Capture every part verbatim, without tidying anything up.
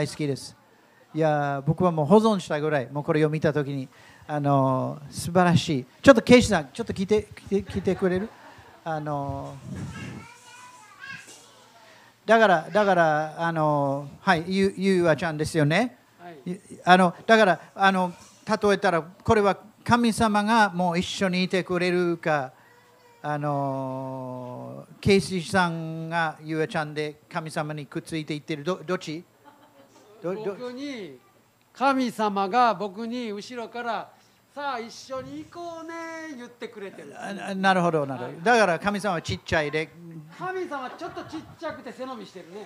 大好きです。いや、僕はもう保存したぐらい、もうこれを見たときに、あの素晴らしい。ちょっとケイシさん、ちょっと聞いて、聞いて、聞いてくれる？あのだから、だから、あのはい、ゆゆうあちゃんですよね。はい、あのだからあの、例えたら、これは神様がもう一緒にいてくれるか、あのケイシさんがゆうあちゃんで神様にくっついていってる、どどっち？ 僕に神様が僕に後ろからさあ一緒に行こうね言ってくれてる。 なるほどなるほど、はい、だから神様はちっちゃいで、 神様はちょっとちっちゃくて背伸びしてるね。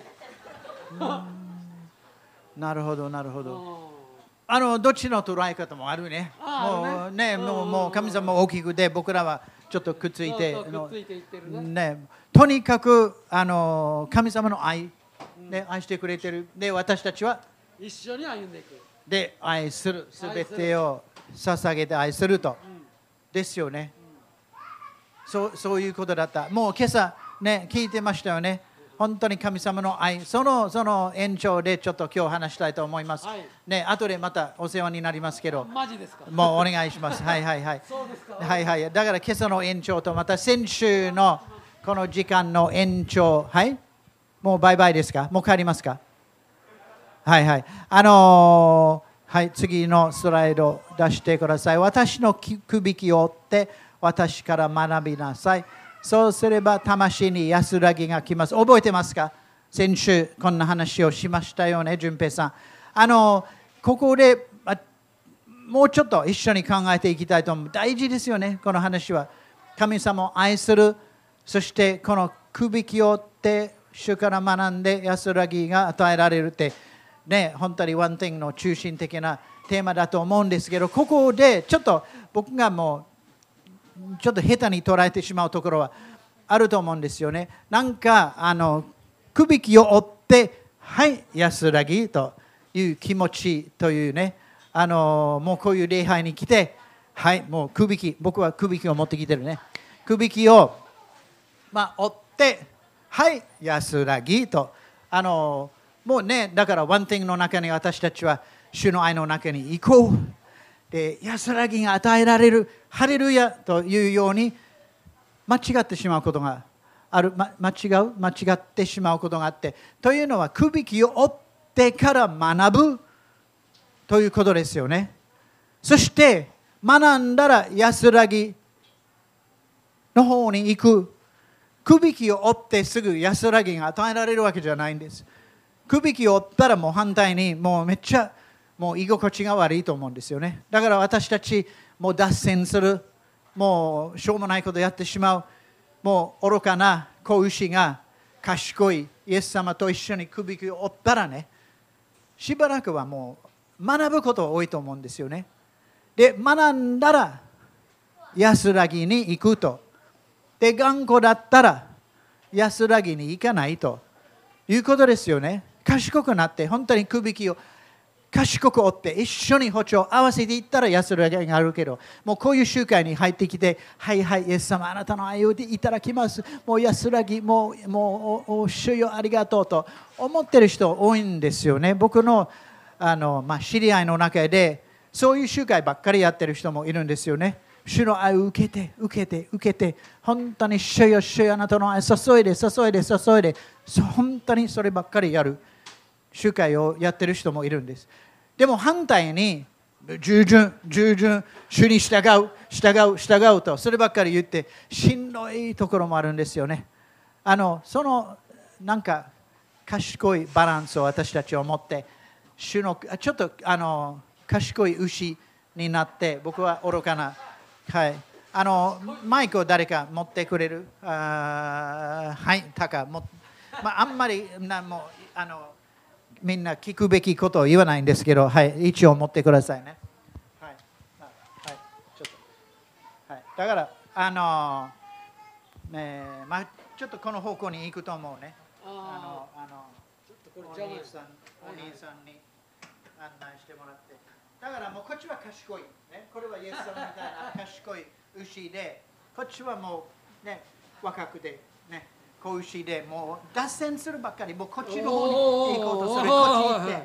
なるほどなるほど。あのどっちの捉え方もあるね。もうね、もうもう神様も大きくで、僕らはちょっとくっついて、ね、とにかくあの神様の愛、ね、愛してくれてる。で、私たちは一緒に歩んでいく。 で、愛する、すべてを捧げて愛すると、うん、ですよね、うん、そう。そういうことだった。もう今朝、ね、聞いてましたよね。本当に神様の愛、その、その延長でちょっと今日話したいと思います。はい、ね、後でまたお世話になりますけど、 マジですか？ もうお願いします。はいはいはい。 そうですか？ はいはい。だから今朝の延長と、また先週のこの時間の延長、はい。もうバイバイですか？もう帰りますか？はいはい。あのー、はい、次のスライド出してください。私のくびきを追って私から学びなさい。そうすれば魂に安らぎが来ます。覚えてますか？先週こんな話をしましたよね、純平さん。あのー、ここでもうちょっと一緒に考えていきたいと思う。大事ですよね、この話は。神様を愛する、そしてこのくびきを追って主から学んで安らぎが与えられるって、ね、本当にワンティングの中心的なテーマだと思うんですけど、ここでちょっと僕がもうちょっと下手に捉えてしまうところはあると思うんですよね。なんかあのくびきを追ってはい安らぎという気持ちというね、あのもうこういう礼拝に来て、はいもうくびき、僕はくびきを持ってきてるね。くびきをまあ追ってはい安らぎと、あのもうね、だからワンティングの中に私たちは主の愛の中に行こう。で、安らぎが与えられる。ハレルヤというように間違ってしまうことがある。ま、間違う間違ってしまうことがあって。というのは、くびきを追ってから学ぶということですよね。そして、学んだら安らぎの方に行く。くびきを追ってすぐ安らぎが与えられるわけじゃないんです。くびきを追ったらもう反対にもうめっちゃもう居心地が悪いと思うんですよね。だから私たちもう脱線する、もうしょうもないことやってしまう、もう愚かな子牛が賢いイエス様と一緒にくびきを追ったらね、しばらくはもう学ぶことが多いと思うんですよね。で、学んだら安らぎに行くと。で、頑固だったら安らぎに行かないということですよね。賢くなって本当にくびきを賢く追って一緒に歩調を合わせていったら安らぎがあるけど、もうこういう集会に入ってきて、はいはいイエス様あなたの愛をいただきます、もう安らぎ、もうもうお主よありがとうと思ってる人多いんですよね。僕のあの、まあ、知り合いの中でそういう集会ばっかりやってる人もいるんですよね。主の愛を受けて受けて受けて、本当に主よ主よあなたの愛注いで注いで注いで、本当にそればっかりやる集会をやってる人もいるんです。でも反対に従順従順主に従う従う従うとそればっかり言ってしんどいところもあるんですよね。あのそのなんか賢いバランスを私たちは持って、主のちょっとあの賢い牛になって、僕は愚かな、はい、あのマイクを誰か持ってくれる？あはい、タカも、まあ、あんまりなもうあのみんな聞くべきことを言わないんですけど、はい、一応持ってくださいね。はい、はい、ちょっと、はい、だからあの、ね、まあちょっとこの方向に行くと思うね。あのあのお兄さんお兄さんに案内してもらって。だからもうこっちは賢い、ね、これはイエス様みたいな賢い牛で、こっちはもうね若くてね子牛で、もう脱線するばっかり、もうこっちの方に行こうとする、こっち行って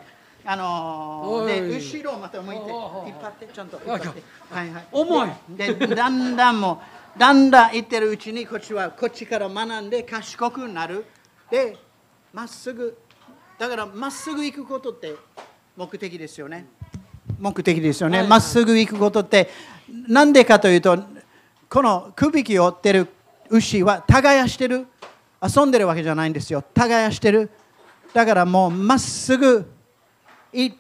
あのー、で後ろまた向いて引っ張ってちゃんと引っ張って、はいはい、 重いでだんだんもうだんだん行ってるうちにこっちはこっちから学んで賢くなる。でまっすぐだからまっすぐ行くことって目的ですよね。目的ですよね。まっすぐ行くことってなんでかというと、この首輝を追ってる牛は耕してる、遊んでるわけじゃないんですよ。耕してる。だからもうまっすぐ行って、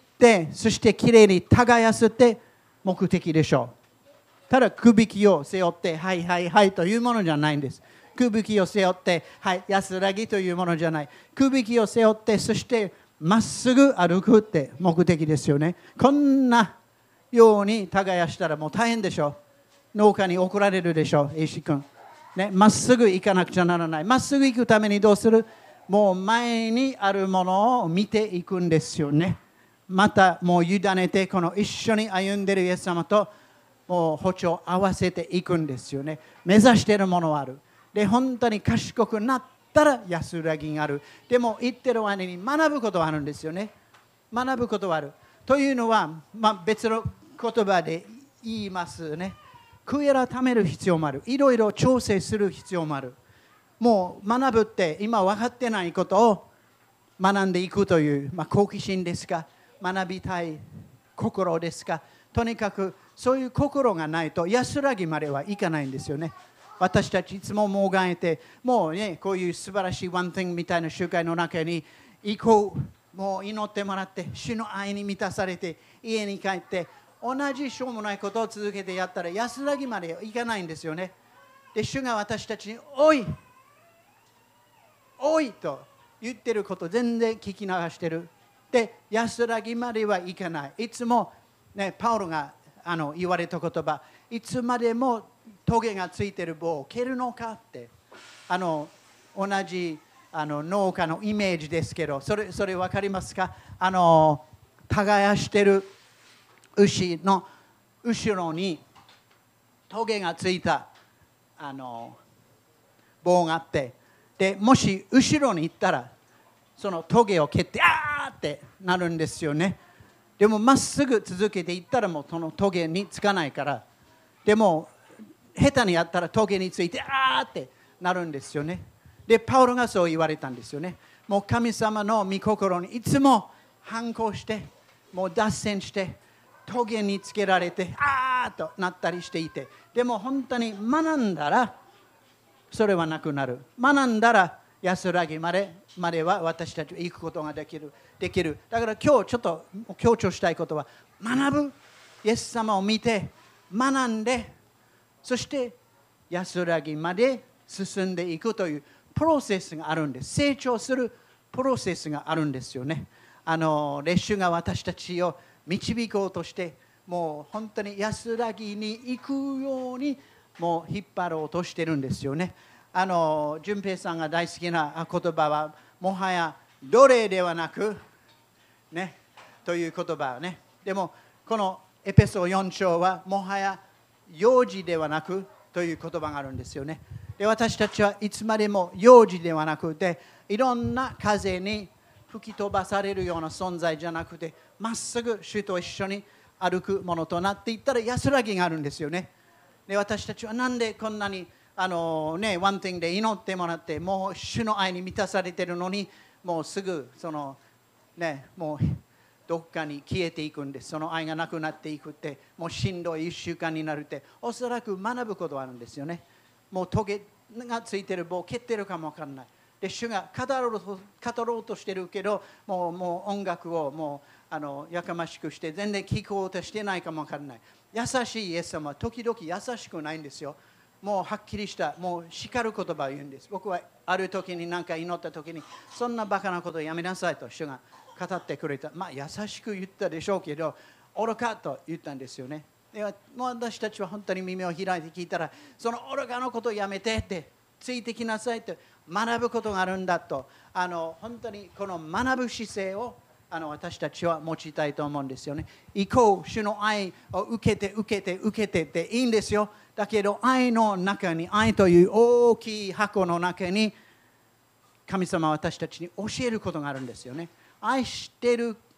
そしてきれいに耕すって目的でしょう。ただ首輝を背負って、はいはいはいというものじゃないんです。首輝を背負って、はい、安らぎというものじゃない。首輝を背負って、そしてまっすぐ歩くって目的ですよね。こんなように耕したらもう大変でしょう。農家に怒られるでしょう、A氏君。ね、まっすぐ行かなくちゃならない。まっすぐ行くためにどうする？もう前にあるものを見ていくんですよね。またもう委ねて、この一緒に歩んでいるイエス様ともう歩調を合わせていくんですよね。目指しているものはある。で、本当に賢くなったら安らぎがある。でも言ってる間に学ぶことはあるんですよね。学ぶことはある。というのは、まあ、別の言葉で言いますね。悔い改める必要もある。いろいろ調整する必要もある。もう学ぶって今分かってないことを学んでいくという、まあ、好奇心ですか、学びたい心ですか、とにかくそういう心がないと安らぎまではいかないんですよね。私たちいつももがいて、もうね、こういう素晴らしいワンティングみたいな集会の中に行こう、もう祈ってもらって、主の愛に満たされて、家に帰って、同じしょうもないことを続けてやったら安らぎまでいかないんですよね。で、主が私たちに、おい、おいと言ってること全然聞き流してる。で、安らぎまではいかない。いつも、ね、パウロがあの言われた言葉、いつまでもトゲがついてる棒を蹴るのかって、あの同じあの農家のイメージですけど、それ、それ分かりますか？あの耕してる牛の後ろにトゲがついたあの棒があって、でもし後ろに行ったらそのトゲを蹴ってあーってなるんですよね。でもまっすぐ続けていったらもうそのトゲにつかないから、でも下手にやったらトゲについてあーってなるんですよね。でパウロがそう言われたんですよね。もう神様の御心にいつも反抗して、もう脱線してトゲにつけられてあーとなったりしていて、でも本当に学んだらそれはなくなる。学んだら安らぎまでまでは私たちは行くことができる。できる。だから今日ちょっと強調したいことは、学ぶ、イエス様を見て学んで、そして安らぎまで進んでいくというプロセスがあるんです。成長するプロセスがあるんですよね。あの列主が私たちを導こうとして、もう本当に安らぎに行くようにもう引っ張ろうとしてるんですよね。あの純平さんが大好きな言葉は、もはや奴隷ではなくねという言葉ね。でもこのエペソよん章はもはや幼児ではなくという言葉があるんですよね。で、私たちはいつまでも幼児ではなくて、いろんな風に吹き飛ばされるような存在じゃなくて、まっすぐ主と一緒に歩くものとなっていったら安らぎがあるんですよね。で、私たちはなんでこんなにあのね、ワンティングで祈ってもらって、もう主の愛に満たされているのに、もうすぐそのね、もうどっかに消えていくんです。その愛がなくなっていくって、もうしんどいいっしゅうかんになるって、おそらく学ぶことはあるんですよね。もうトゲがついてる棒を蹴ってるかもわからない。で、主が語ろうと、語ろうとしてるけど、もう、もう音楽をもうあのやかましくして全然聞こうとしてないかもわからない。優しいイエス様は時々優しくないんですよ。もうはっきりした、もう叱る言葉を言うんです。僕はある時に何か祈った時に、そんなバカなことをやめなさいと主が語ってくれた。まあ優しく言ったでしょうけど、愚かと言ったんですよね。でもう私たちは本当に耳を開いて聞いたら、その愚かなことをやめてって、ついてきなさいって学ぶことがあるんだと、あの本当にこの学ぶ姿勢をあの私たちは持ちたいと思うんですよね。行こう、主の愛を受けて受けて受けてっていいんですよ。だけど愛の中に、愛という大きい箱の中に神様は私たちに教えることがあるんですよね。愛してる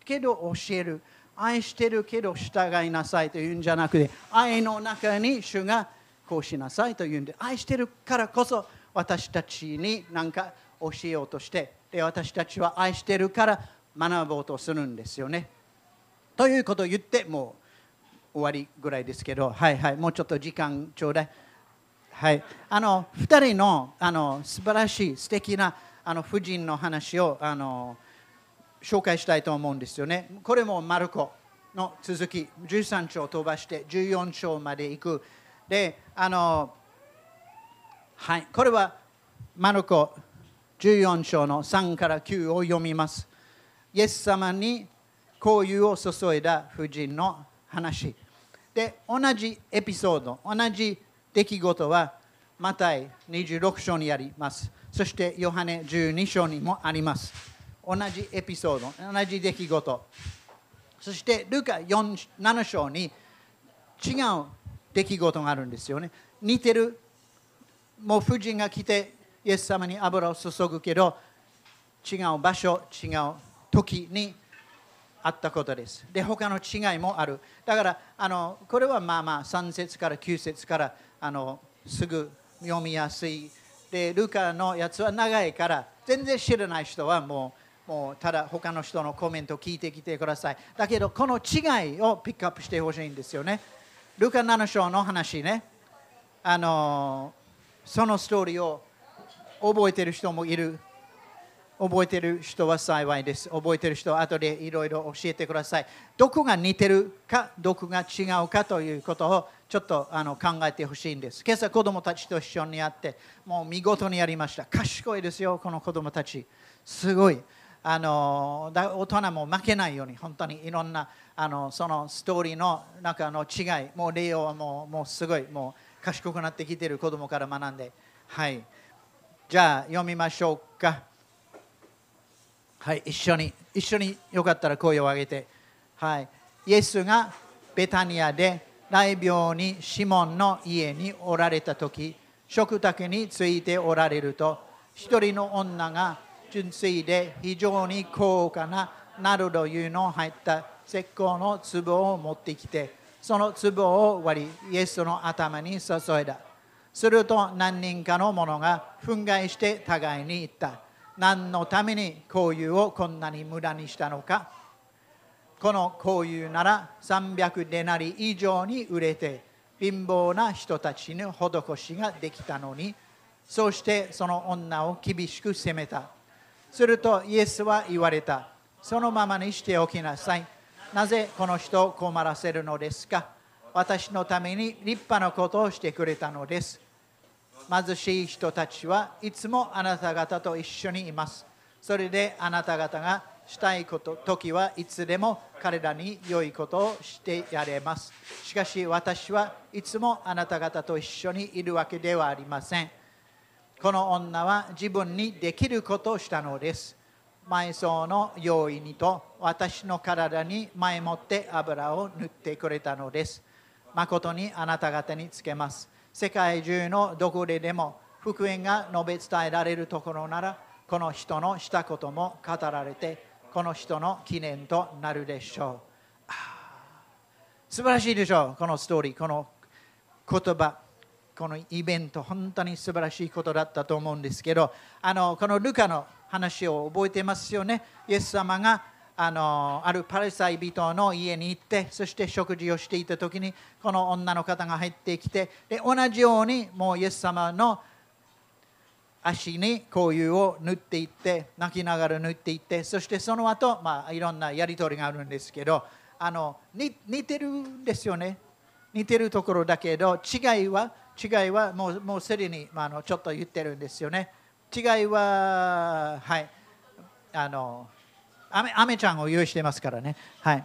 けど教える。愛してるけど従いなさいというんじゃなくて、愛の中に主がこうしなさいというんで、愛してるからこそ私たちに何か教えようとして、で私たちは愛してるから学ぼうとするんですよね。ということを言ってもう終わりぐらいですけど、はいはい、もうちょっと時間ちょうだい。はい、あのふたりのあの素晴らしい素敵なあの婦人の話をあの紹介したいと思うんですよね。これもマルコの続き、じゅうさん章飛ばしてじゅうよん章まで行く。で、あの、はい、これはマルコじゅうよん章のさんからきゅうを読みます。イエス様に香油を注いだ婦人の話。で、同じエピソード、同じ出来事はマタイにじゅうろく章にあります。そしてヨハネじゅうに章にもあります。同じエピソード、同じ出来事。そしてルカなな章に違う出来事があるんですよね。似てる、もう婦人が来てイエス様に油を注ぐけど、違う場所、違う時にあったことです。で、他の違いもある。だから、あのこれはまあまあさん節からきゅう節からあのすぐ読みやすい。で、ルカのやつは長いから、全然知らない人はもう、もうただ他の人のコメントを聞いてきてください。だけど、この違いをピックアップしてほしいんですよね。ルカなな章の話ね、あのそのストーリーを覚えている人もいる。覚えている人は幸いです。覚えている人は後でいろいろ教えてください。どこが似てるか、どこが違うかということをちょっとあの考えてほしいんです。今朝子供たちと一緒にやって、もう見事にやりました。賢いですよ、この子供たち。すごい。あの大人も負けないように、本当にいろんなあのそのストーリーの中の違い、もうレオはもうもうすごい、もう賢くなってきている子供から学んで。はい。じゃあ読みましょうか。はい、一緒に、一緒によかったら声を上げて。はい。イエスがベタニアで大病にシモンの家におられたとき、食卓についておられると、一人の女が純粋で非常に高価なナルド油の入った石膏の壺を持ってきて、その壺を割り、イエスの頭に注いだ。すると何人かの者が憤慨して互いに言った。何のために香油をこんなに無駄にしたのか。この香油ならさんびゃくデナリ以上に売れて貧乏な人たちに施しができたのに、そうしてその女を厳しく責めた。するとイエスは言われた。そのままにしておきなさい。なぜこの人を困らせるのですか。私のために立派なことをしてくれたのです。貧しい人たちはいつもあなた方と一緒にいます。それであなた方がしたいこと時はいつでも彼らに良いことをしてやれます。しかし私はいつもあなた方と一緒にいるわけではありません。この女は自分にできることをしたのです。埋葬の用意にと私の体に前もって油を塗ってくれたのです。誠にあなた方につけます。世界中のどこででも福音が述べ伝えられるところなら、この人のしたことも語られて、この人の記念となるでしょう。素晴らしいでしょう、このストーリー、この言葉、このイベント、本当に素晴らしいことだったと思うんですけど、あのこのルカの話を覚えてますよね。イエス様があのあるパリサイ人の家に行って、そして食事をしていた時にこの女の方が入ってきて、で同じようにもうイエス様の足に香油を塗っていって、泣きながら塗っていって、そしてその後、まあいろんなやり取りがあるんですけど、あの似てるんですよね。似てるところだけど、違いは違いはもうもうすでに、まあ、あのちょっと言ってるんですよね。違いは、はい、あのアメ、アメちゃんを用意してますからね。はい。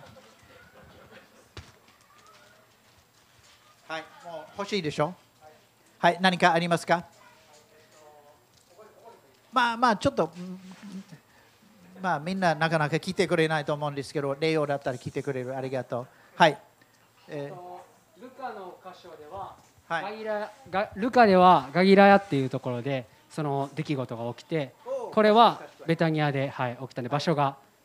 はい、もう欲しいでしょ。はい、何かありますか。まあまあちょっと、まあみんななかなか聞いてくれないと思うんですけど、レオだったら聞いてくれる。ありがとう。はい。 えー、ルカの箇所では、 はい、 ガギラガルカではガギラヤっていうところでその出来事が起きて、これはベタニアで、はい、起きたんで場所が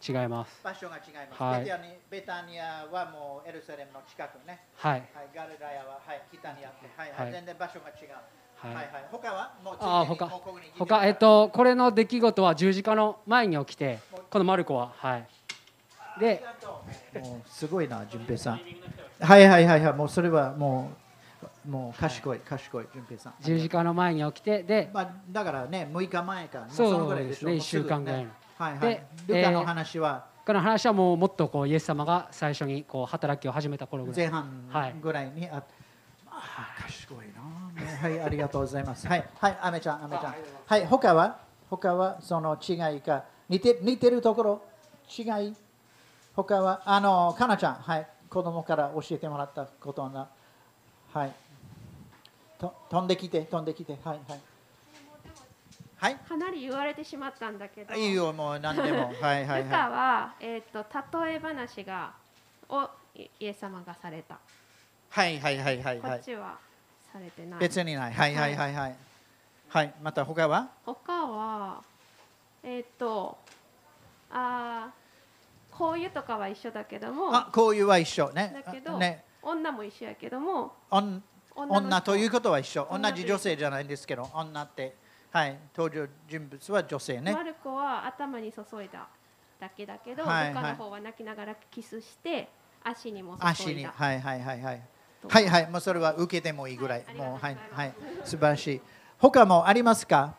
違います。 場所が違います。 はい、 ベタニベタニアはもうエルサレムの近くね。 はい。 はい、ガリラヤは、はい、北にあって、はいはい、全然場所が違う。はい、はい、他はもうああ、他、他、えっと、これの出来事は十字架の前に起きて、このマルコは、はい。で、 もうすごいな、純平さん。はいはいはいはい、もうそれはもう、もう賢い、賢い、純平さん。 十字架の前に起きて、で、 まあ、だからね、むいかまえか、 そうですね、いっしゅうかんぐらいの。 はいはい。ルカの話は、 この話はもうもっとこうイエス様が最初にこう働きを始めた頃ぐらい。 前半ぐらいにあって、ああ、賢いな、ね。はい、ありがとうございます。はい、はい、アメちゃん、アメちゃん。はい、他は他はその違いか、似て似てるところ、違い。他は、あの、かなちゃん、はい、子供から教えてもらったことな。はい。と飛んできて、飛んできて、はい、はい。はい、 かなり言われてしまったんだけど、 いいよ、もう何でも。はいはいはい。 ルカは、えー、と例え話がをイエス様がされた。 はいはいはいはい、 はい。こっちはされてない。 別にない。はいはいはいはい。はい、また他は他は、えっ、ー、と、あこういうとかは一緒だけども、 あ、こういうは一緒ね。 だけど、 ね、 女も一緒やけども、 女, 女ということは一緒。同じ女性じゃないんですけど、女って。はい、登場人物は女性ね。 マルコは頭に注いだだけだけど、はいはい、ルカの方は泣きながらキスして足にも注いだ。 足に、はいはいはいはい。はいはい、もうそれは受けてもいいぐらい。はい、もうはいはい、素晴らしい。他もありますか？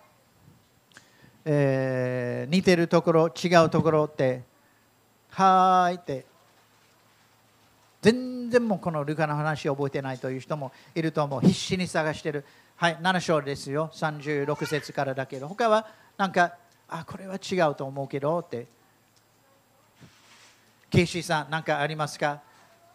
えー、似てるところ、違うところって、はーいって。全然もうこのルカの話を覚えてないという人もいると思う。必死に探してる。はい、なな章ですよ。さんじゅうろく節からだけど、他はなんか、あ、これは違うと思うけどって。ケイシーさん、何かありますか？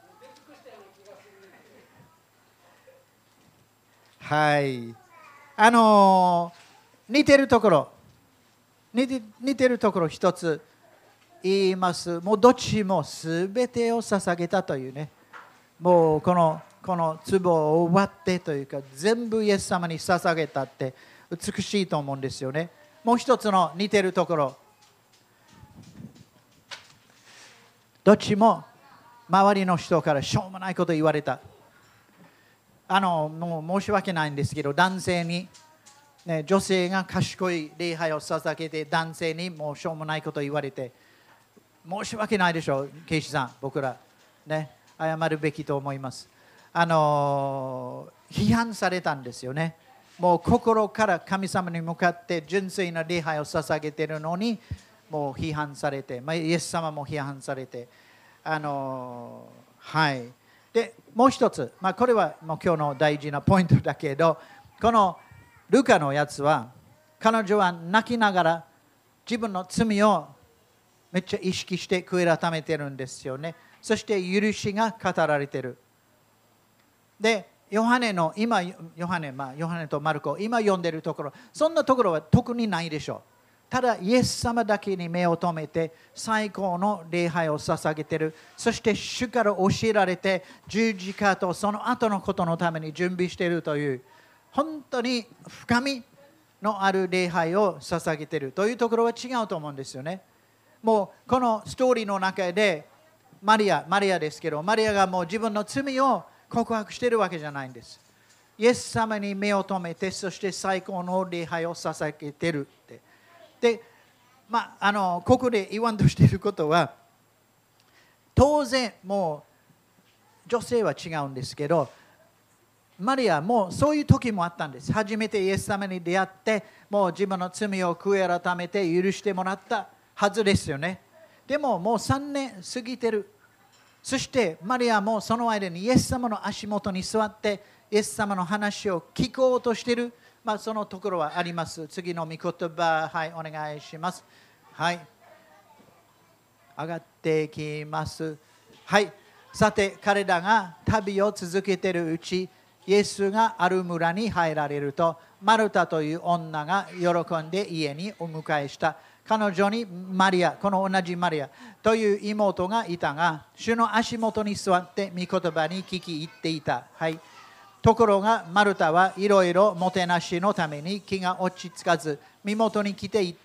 はい。あのー、似てるところ、似て、似てるところ一つ言います。もうどっちもすべてを捧げたというね。もうこのこの壺を奪ってというか全部イエス様に捧げたって美しいと思うんですよね。もう一つの似てるところ、どっちも周りの人からしょうもないこと言われた。あのもう申し訳ないんですけど、男性に、ね、女性が賢い礼拝を捧げて男性にもうしょうもないこと言われて申し訳ないでしょう。ケイシさん、僕らね謝るべきと思います。あの批判されたんですよね。もう心から神様に向かって純粋な礼拝を捧げているのにもう批判されて、まあ、イエス様も批判されて、あのはいでもう一つ、まあ、これはもう今日の大事なポイントだけど、このルカのやつは彼女は泣きながら自分の罪をめっちゃ意識して悔い改めてるんですよね。そして許しが語られている。で、ヨハネの今、ヨハネ、まあ、ヨハネとマルコ、今読んでいるところ、そんなところは特にないでしょう。ただ、イエス様だけに目を留めて、最高の礼拝を捧げている。そして、主から教えられて、十字架とその後のことのために準備しているという、本当に深みのある礼拝を捧げているというところは違うと思うんですよね。もう、このストーリーの中で、マリア、マリアですけど、マリアがもう自分の罪を告白しているわけじゃないんです。イエス様に目を留めて、そして最高の礼拝を捧げているって。で、まあ、あのここで言わんとしていることは、当然もう女性は違うんですけど、マリアもそういう時もあったんです。初めてイエス様に出会って、もう自分の罪を悔い改めて許してもらったはずですよね。でももうさんねん過ぎてる。そしてマリアもその間にイエス様の足元に座ってイエス様の話を聞こうとしている、まあ、そのところはあります。次の御言葉、はい、お願いします。はい、上がってきます。はい、さて彼らが旅を続けているうち、イエスがある村に入られると、マルタという女が喜んで家にお迎えした。彼女にマリア、この同じマリアという妹がいたが、主の足元に座って御言葉に聞き入っていた。はい、ところがマルタはいろいろもてなしのために気が落ち着かず、身元に来ていった。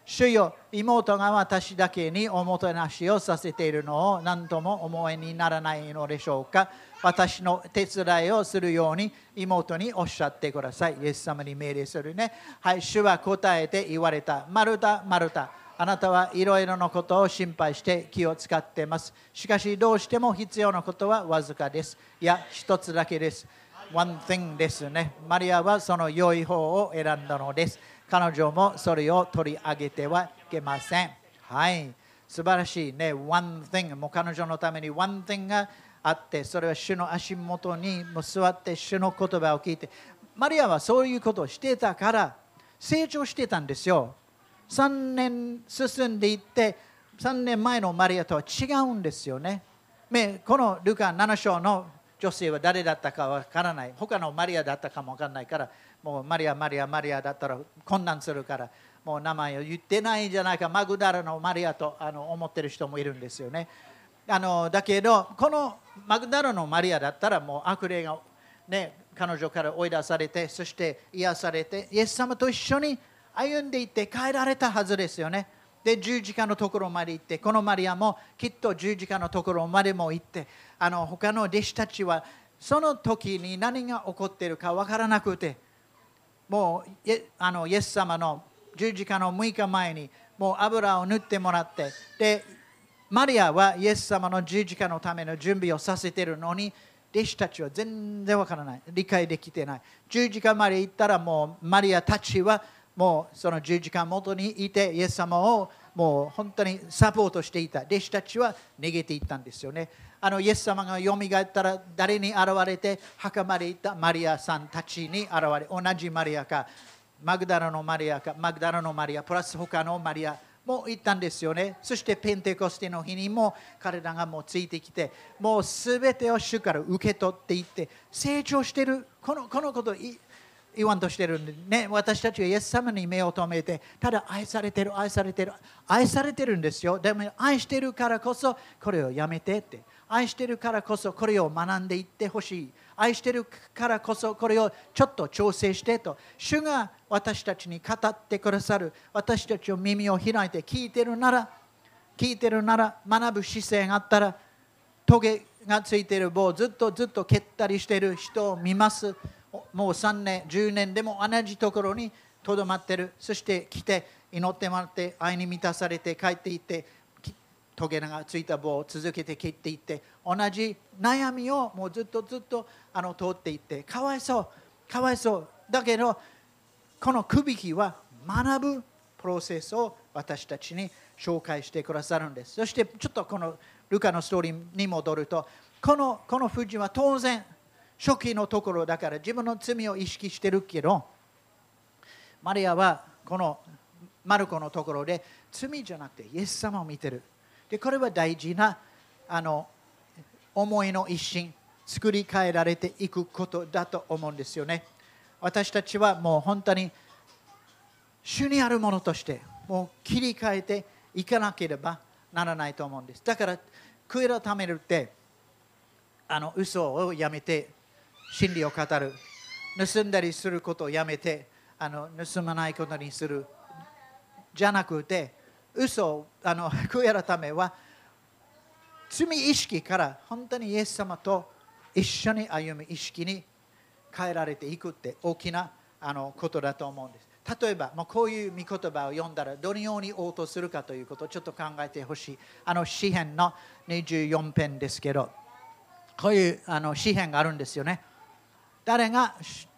主よ、妹が私だけにおもてなしをさせているのを何とも思いにならないのでしょうか。私の手伝いをするように妹におっしゃってください。イエス様に命令するね。はい、主は答えて言われた。マルタ、マルタ。あなたはいろいろなことを心配して気を使っています。しかしどうしても必要なことはわずかです。いや、一つだけです。One thing ですね。マリアはその良い方を選んだのです。彼女もそれを取り上げてはいけません。はい。素晴らしいね。One thing。もう彼女のために One thing があって、それは主の足元にも座って主の言葉を聞いて、マリアはそういうことをしていたから成長してたんですよ。さんねん進んでいって、さんねんまえのマリアとは違うんですよね。このルカなな章の女性は誰だったかわからない。他のマリアだったかもわからないから、もうマリア、マリア、マリアだったら混乱するから、もう名前を言ってないんじゃないか、マグダラのマリアとあの思ってる人もいるんですよね。あのだけど、このマグダラのマリアだったら、もう悪霊が、ね、彼女から追い出されて、そして癒されて、イエス様と一緒に歩んでいって帰られたはずですよね。で、十字架のところまで行って、このマリアもきっと十字架のところまでも行って、あの他の弟子たちはその時に何が起こっているか分からなくて、もうあのイエス様の十字架のむいかまえにもう油を塗ってもらって、で、マリアはイエス様の十字架のための準備をさせているのに、弟子たちは全然分からない、理解できてない。十字架まで行ったら、もうマリアたちはもうその十字架元にいて、イエス様をもう本当にサポートしていた。弟子たちは逃げていったんですよね。あのイエス様がよみがえったら誰に現れて、墓まで行ったマリアさんたちに現れ、同じマリアか、マグダラのマリアか、マグダラのマリアプラス他のマリアも行ったんですよね。そしてペンテコステの日にも彼らがもうついてきて、もうすべてを主から受け取っていって成長している。このこのことを言わんとしてるんでね。私たちはイエス様に目を留めて、ただ愛されてる、愛されてる、愛されてるんですよ。でも愛してるからこそこれをやめてって、愛してるからこそこれを学んでいってほしい、愛してるからこそこれをちょっと調整してと、主が私たちに語ってくださる。私たちを耳を開いて聞いてるなら、聞いてるなら、学ぶ姿勢があったら、トゲがついている棒をずっとずっと蹴ったりしている人を見ます。もうさんねん、じゅうねんでも同じところにとどまっている。そして来て祈ってもらって、愛に満たされて帰っていって、トゲがついた棒を続けて蹴っていって、同じ悩みをもうずっとずっとあの通っていって、かわいそう、かわいそう。だけど、このくびきは学ぶプロセスを私たちに紹介してくださるんです。そしてちょっとこのルカのストーリーに戻ると、このこの夫人は当然初期のところだから自分の罪を意識してるけど、マリアはこのマルコのところで罪じゃなくてイエス様を見てる。で、これは大事なあの思いの一心、作り変えられていくことだと思うんですよね。私たちはもう本当に主にあるものとしてもう切り替えていかなければならないと思うんです。だから悔い改めるってあの嘘をやめて真理を語る、盗んだりすることをやめてあの盗まないことにするじゃなくて、嘘あの悔い改めは罪意識から本当にイエス様と一緒に歩む意識に変えられていくって大きなあのことだと思うんです。例えばもうこういう御言葉を読んだらどのように応答するかということをちょっと考えてほしい。あの詩編のにじゅうよん編ですけど、こういうあの詩編があるんですよね。誰が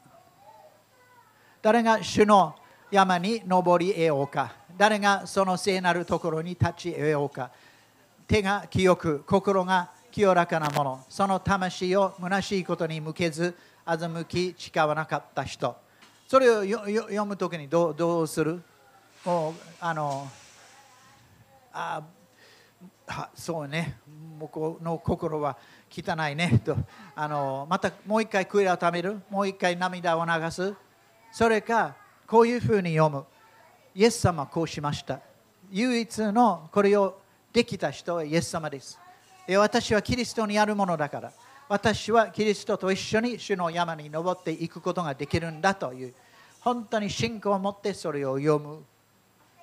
誰が主の山に登り得ようか、誰がその聖なるところに立ち得ようか。手が清く心が清らかなもの、その魂を虚しいことに向けず欺き誓わなかった人。それを読むときにどう、どうする？もうあのああそうね、僕の心は汚いねと、あのまたもう一回悔い改める、もう一回涙を流す。それかこういうふうに読む。イエス様はこうしました。唯一のこれをできた人はイエス様です。私はキリストにあるものだから、私はキリストと一緒に主の山に登っていくことができるんだという、本当に信仰を持ってそれを読む、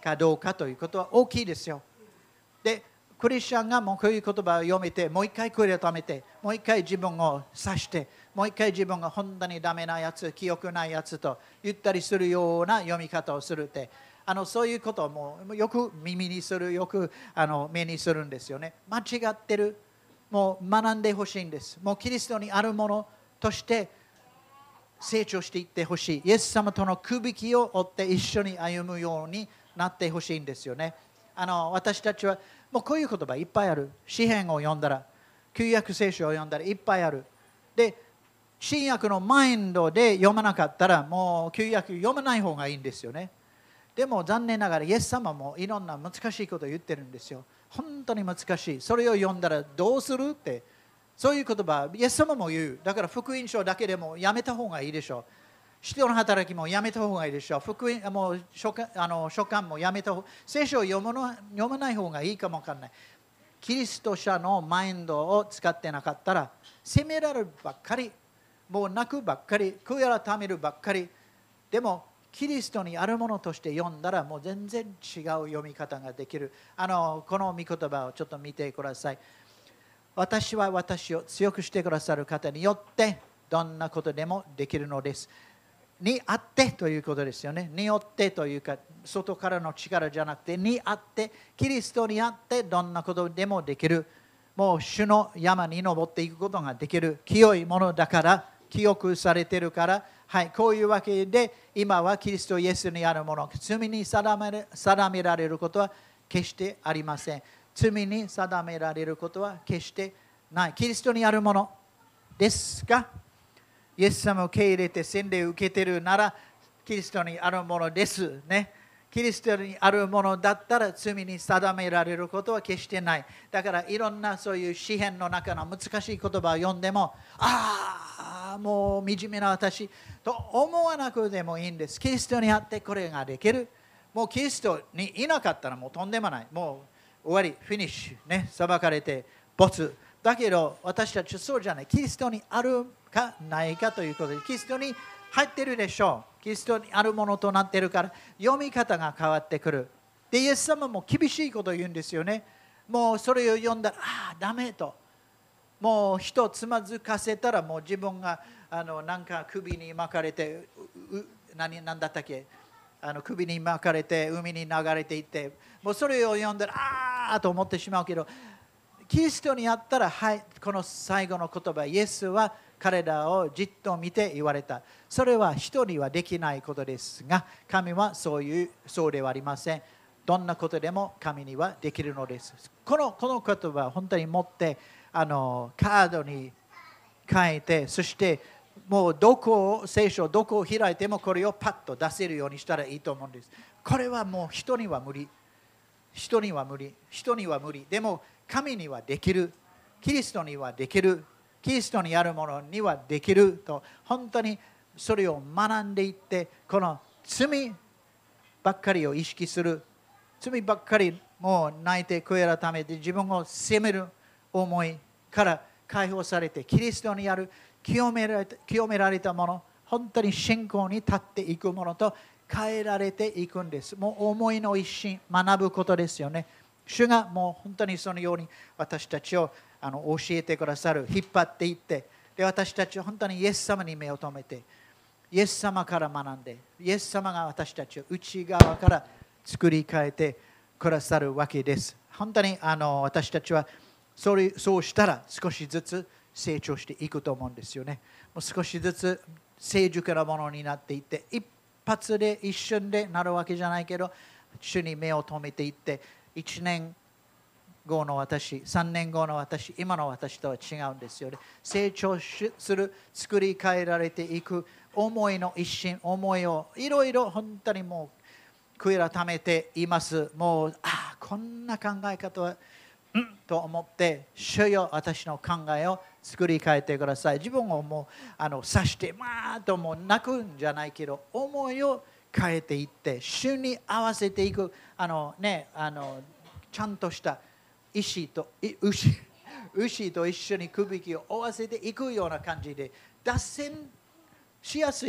かどうかということは大きいですよ。で、クリスチャンがもうこういう言葉を読めて、もう一回悔い改めて、もう一回自分を指して、もう一回自分が本当にダメなやつ、記憶ないやつと言ったりするような読み方をするって、あのそういうことをもうよく耳にする、よくあの目にするんですよね。間違ってる。もう学んでほしいんです。もうキリストにあるものとして成長していってほしい。イエス様とのくびきを追って一緒に歩むようになってほしいんですよね。あの私たちはもうこういう言葉いっぱいある。詩篇を読んだら、旧約聖書を読んだらいっぱいある。で、新約のマインドで読まなかったら、もう旧約読まない方がいいんですよね。でも残念ながら、イエス様もいろんな難しいことを言ってるんですよ。本当に難しい。それを読んだらどうするって、そういう言葉、イエス様も言う。だから福音書だけでもやめた方がいいでしょう。使徒の働きもやめた方がいいでしょう。福音もう書簡あの書簡もやめた方がいい。聖書を読むの読まない方がいいかもわからない。キリスト者のマインドを使ってなかったら、責められるばっかり、もう泣くばっかり、悔い改めるばっかり。でも、キリストにあるものとして読んだら、もう全然違う読み方ができる。あのこの御言葉をちょっと見てください。私は私を強くしてくださる方によって、どんなことでもできるのです。にあってということですよね。によってというか、外からの力じゃなくて、にあって、キリストにあってどんなことでもできる。もう主の山に登っていくことができる。清いものだから、記憶されているから、はい、こういうわけで、今はキリストイエスにあるもの、罪に定め、定められることは決してありません。罪に定められることは決してない。キリストにあるものですが、イエス様を受け入れて洗礼を受けているなら、キリストにあるものですね。キリストにあるものだったら罪に定められることは決してない。だからいろんなそういう詩篇の中の難しい言葉を読んでも、ああ、もう惨めな私と思わなくてもいいんです。キリストにあってこれができる。もうキリストにいなかったらもうとんでもない。もう終わり、フィニッシュ、ね、裁かれて没。だけど私たちはそうじゃない。キリストにあるかないかということで、キリストに入ってるでしょう。キリストにあるものとなっているから、読み方が変わってくる。で、イエス様も厳しいことを言うんですよね。もうそれを読んだら、ああ、ダメと。もう人をつまずかせたら、もう自分があのなんか首に巻かれて、うう何何だったっけ、あの首に巻かれて海に流れていって、もうそれを読んだら、ああと思ってしまうけど、キリストにあったら、はい、この最後の言葉、イエスは彼らをじっと見て言われた。それは人にはできないことですが、神はそういう、そうではありません。どんなことでも神にはできるのです。この、この言葉を本当に持って、あのカードに書いて、そしてもうどこを、聖書どこを開いてもこれをパッと出せるようにしたらいいと思うんです。これはもう人には無理。人には無理。人には無理。でも神にはできる。キリストにはできる。キリストにあるものにはできると、本当にそれを学んでいって、この罪ばっかりを意識する、罪ばっかりもう泣いて悔い改めて自分を責める思いから解放されて、キリストにある清められた、清められたもの、本当に信仰に立っていくものと変えられていくんです。もう思いの一心、学ぶことですよね。主がもう本当にそのように私たちをあの教えてくださる、引っ張っていって、で私たちは本当にイエス様に目を留めて、イエス様から学んで、イエス様が私たちを内側から作り変えてくださるわけです。本当にあの私たちはそれそうしたら少しずつ成長していくと思うんですよね。もう少しずつ成熟なものになっていって、一発で一瞬でなるわけじゃないけど、主に目を留めていって、いちねんごの私、さんねんごの私、今の私とは違うんですよね。成長する、作り変えられていく思いの一心、思いをいろいろ本当にもう悔い改めています。もう、ああ、こんな考え方は、うんと思って、主よ、私の考えを作り変えてください。自分をもうあの刺して、まあともう泣くんじゃないけど、思いを変えていって、主に合わせていく、あのね、あのちゃんとした牛と牛牛と一緒にくびきを合わせていくような感じで、脱線しやすい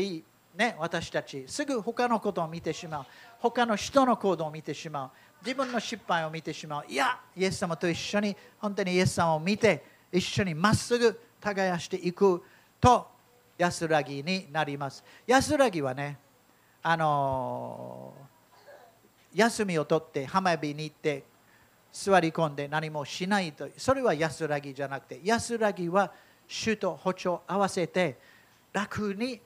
ね、私たち、すぐ他のことを見てしまう。他の人の行動を見てしまう。自分の失敗を見てしまう。いや、イエス様と一緒に、本当にイエス様を見て、一緒にまっすぐ耕していくと安らぎになります。安らぎはね、あのー、休みを取って浜辺に行って座り込んで何もしないと、それは安らぎじゃなくて、安らぎは主と歩調を合わせて楽に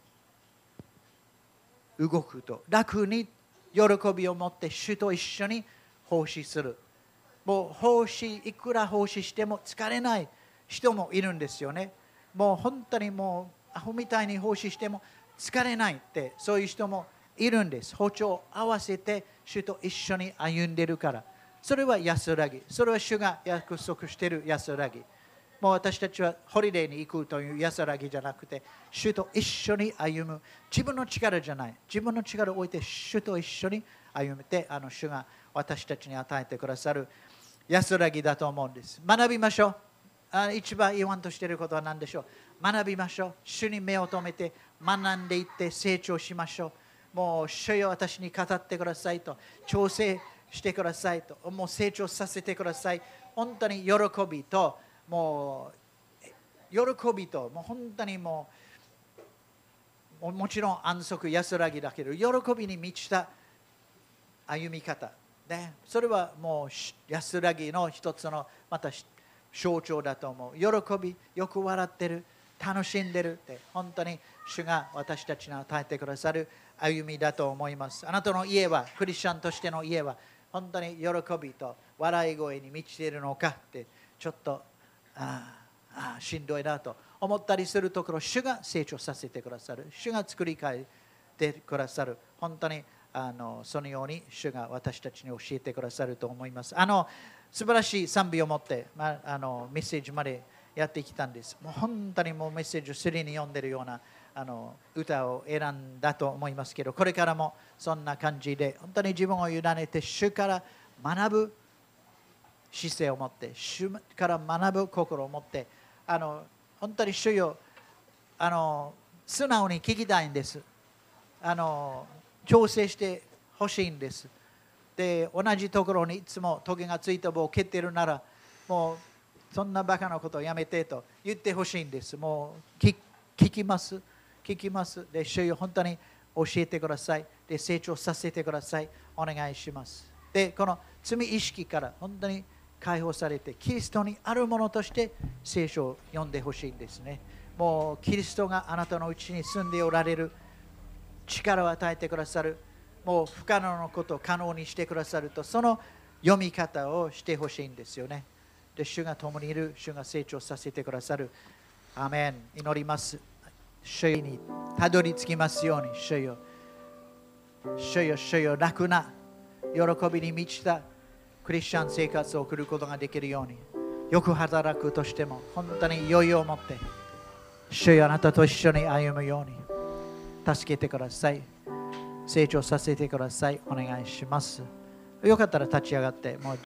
動くと、楽に喜びを持って主と一緒に奉仕する。もう奉仕、いくら奉仕しても疲れない人もいるんですよね。もう本当にもうアホみたいに奉仕しても疲れないって、そういう人もいるんです。歩調を合わせて主と一緒に歩んでるから。それは安らぎ。それは主が約束している安らぎ。もう私たちはホリデーに行くという安らぎじゃなくて、主と一緒に歩む。自分の力じゃない。自分の力を置いて主と一緒に歩めて、あの主が私たちに与えてくださる安らぎだと思うんです。学びましょう。あ一番言わんとしていることは何でしょう。学びましょう。主に目を留めて学んでいって成長しましょう。もう主よ私に語ってくださいと、調整してくださいと、もう成長させてください。本当に喜びと、もう喜びと、もう本当にもう、もちろん安息安らぎだけど、喜びに満ちた歩み方、ね、それはもう安らぎの一つのまた象徴だと思う。喜び、よく笑ってる、楽しんでるって、本当に主が私たちに与えてくださる歩みだと思います。あなたの家は、クリスチャンとしての家は、本当に喜びと笑い声に満ちているのかって、ちょっとああしんどいなと思ったりするところ、主が成長させてくださる。主が作り変えてくださる。本当にあのそのように主が私たちに教えてくださると思います。あの素晴らしい賛美を持って、まあ、あのメッセージまでやってきたんです。もう本当にもうメッセージをすでに読んでいるようなあの歌を選んだと思いますけど、これからもそんな感じで本当に自分を委ねて主から学ぶ姿勢を持って、主から学ぶ心を持って、あの本当に主よ、あの素直に聞きたいんです。あの調整してほしいんです。で、同じところにいつもトゲがついた棒を蹴っているなら、もうそんなバカなことをやめてと言ってほしいんです。もう聞聞きます。聞きます。で、主よ、本当に教えてください。で、成長させてください。お願いします。で、この罪意識から本当に解放されて、キリストにあるものとして聖書を読んでほしいんですね。もうキリストがあなたのうちに住んでおられる、力を与えてくださる、もう不可能なことを可能にしてくださると、その読み方をしてほしいんですよね。で、主が共にいる、主が成長させてくださる。アーメン。祈ります。主にたどり着きますように、主よ、主よ、主よ、楽な喜びに満ちたクリスチャン生活を送ることができるように、よく働くとしても本当に余裕を持って、主よ、あなたと一緒に歩むように助けてください。成長させてください。お願いします。よかったら立ち上がって、もう